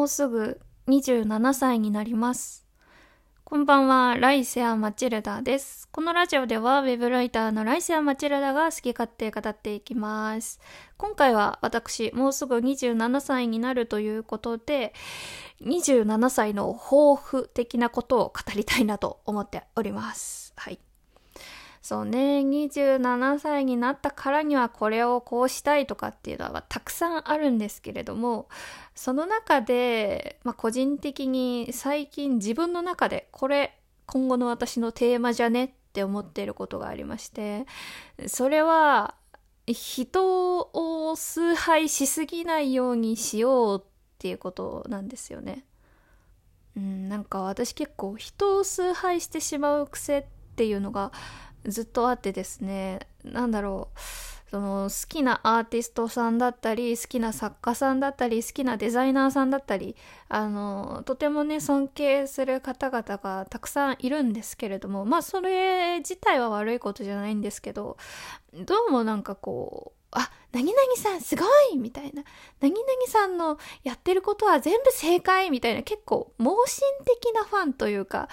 うすぐ27歳になります。こんばんは、ライセア・マチルダです。このラジオではウェブライターのライセア・マチルダが好き勝手語っていきます。今回は私、もうすぐ27歳になるということで、27歳の抱負的なことを語りたいなと思っております。はい。そうね、27歳になったからにはこれをこうしたいとかっていうのはたくさんあるんですけれども、その中で、個人的に最近自分の中でこれ今後の私のテーマじゃねって思っていることがありまして、それは人を崇拝しすぎないようにしようっていうことなんですよね。なんか私結構人を崇拝してしまう癖っていうのがずっとあってですね、その好きなアーティストさんだったり、好きな作家さんだったり、好きなデザイナーさんだったり、とてもね、尊敬する方々がたくさんいるんですけれども、それ自体は悪いことじゃないんですけど、どうも何々さんすごいみたいな、何々さんのやってることは全部正解みたいな、結構盲信的なファンというか、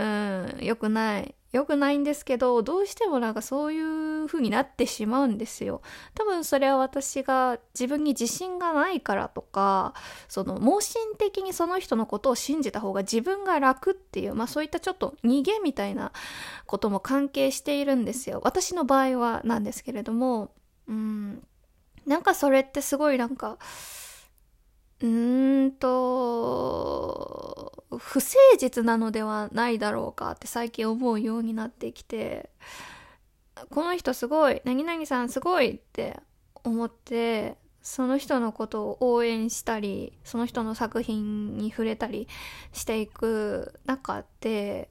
良くないんですけど、どうしてもそういう風になってしまうんですよ。多分それは私が自分に自信がないからとか、その盲信的にその人のことを信じた方が自分が楽っていう、そういったちょっと逃げみたいなことも関係しているんですよ。私の場合はなんですけれども、それってすごい不誠実なのではないだろうかって最近思うようになってきて、この人すごい、何々さんすごいって思って、その人のことを応援したり、その人の作品に触れたりしていく中で、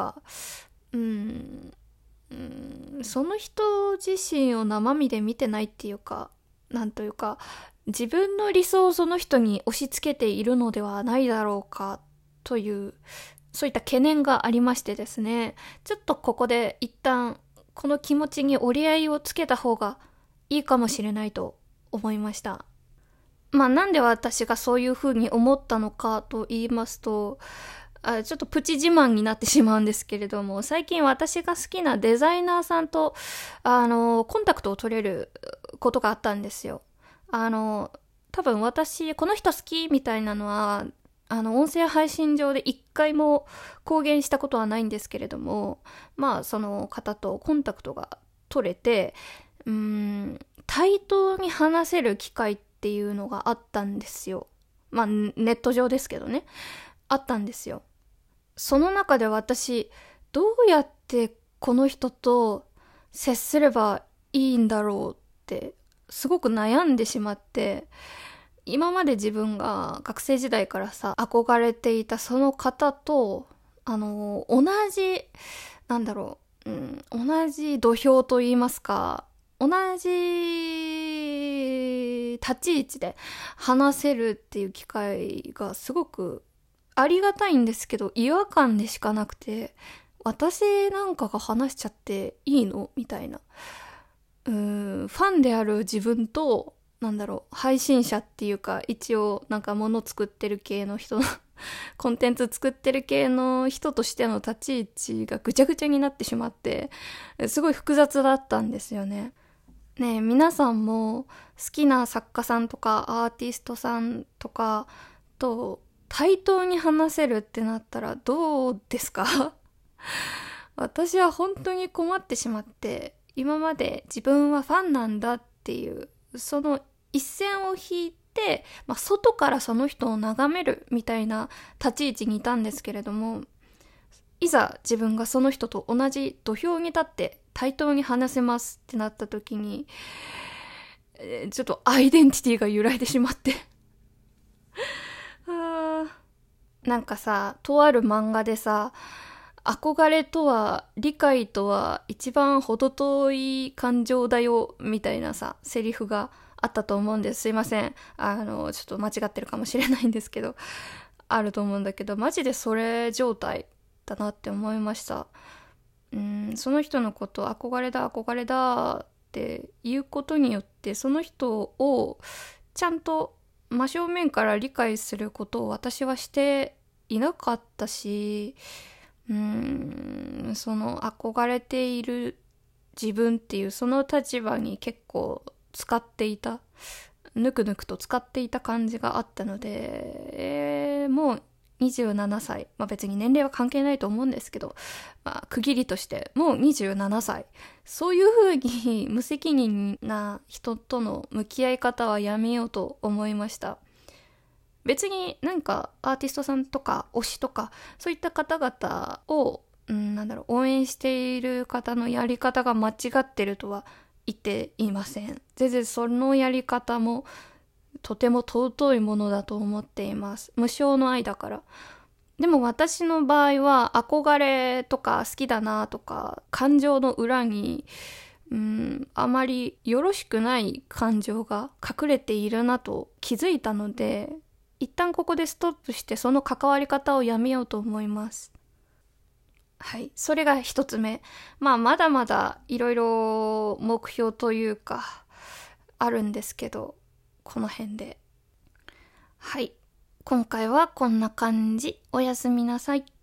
その人自身を生身で見てないっていうか、自分の理想をその人に押し付けているのではないだろうかという、そういった懸念がありましてですね、ちょっとここで一旦この気持ちに折り合いをつけた方がいいかもしれないと思いました。なんで私がそういうふうに思ったのかと言いますと、ちょっとプチ自慢になってしまうんですけれども、最近私が好きなデザイナーさんと、コンタクトを取れることがあったんですよ。多分私、この人好きみたいなのは、音声配信上で一回も公言したことはないんですけれども、その方とコンタクトが取れて、対等に話せる機会っていうのがあったんですよ。ネット上ですけどね。あったんですよ。その中で私、どうやってこの人と接すればいいんだろうってすごく悩んでしまって、今まで自分が学生時代から憧れていたその方と、同じ、同じ土俵といいますか、同じ立ち位置で話せるっていう機会がすごくありがたいんですけど、違和感でしかなくて、私なんかが話しちゃっていいのみたいな。ファンである自分と、配信者っていうか、一応物作ってる系の人のコンテンツ作ってる系の人としての立ち位置がぐちゃぐちゃになってしまって、すごい複雑だったんですよね。ねえ、皆さんも好きな作家さんとかアーティストさんとかと対等に話せるってなったらどうですか？私は本当に困ってしまって、今まで自分はファンなんだっていう、その一線を引いて、外からその人を眺めるみたいな立ち位置にいたんですけれども、いざ自分がその人と同じ土俵に立って対等に話せますってなった時に、ちょっとアイデンティティが揺らいでしまってとある漫画で憧れとは理解とは一番程遠い感情だよみたいなセリフがあったと思うんです。すいません。ちょっと間違ってるかもしれないんですけど、あると思うんだけど、マジでそれ状態だなって思いました。その人のこと憧れだっていうことによって、その人をちゃんと真正面から理解することを私はしていなかったし、その憧れている自分っていうその立場に結構ぬくぬくと使っていた感じがあったので、もう27歳、別に年齢は関係ないと思うんですけど、区切りとしてもう27歳、そういう風に無責任な人との向き合い方はやめようと思いました。別になんかアーティストさんとか推しとかそういった方々を、応援している方のやり方が間違ってるとは言っていません。全然そのやり方もとても尊いものだと思っています。無償の愛だから。でも私の場合は憧れとか好きだなとか感情の裏にあまりよろしくない感情が隠れているなと気づいたので、一旦ここでストップしてその関わり方をやめようと思います。はい、それが一つ目。まだまだいろいろ目標というかあるんですけど、この辺で。はい、今回はこんな感じ。おやすみなさい。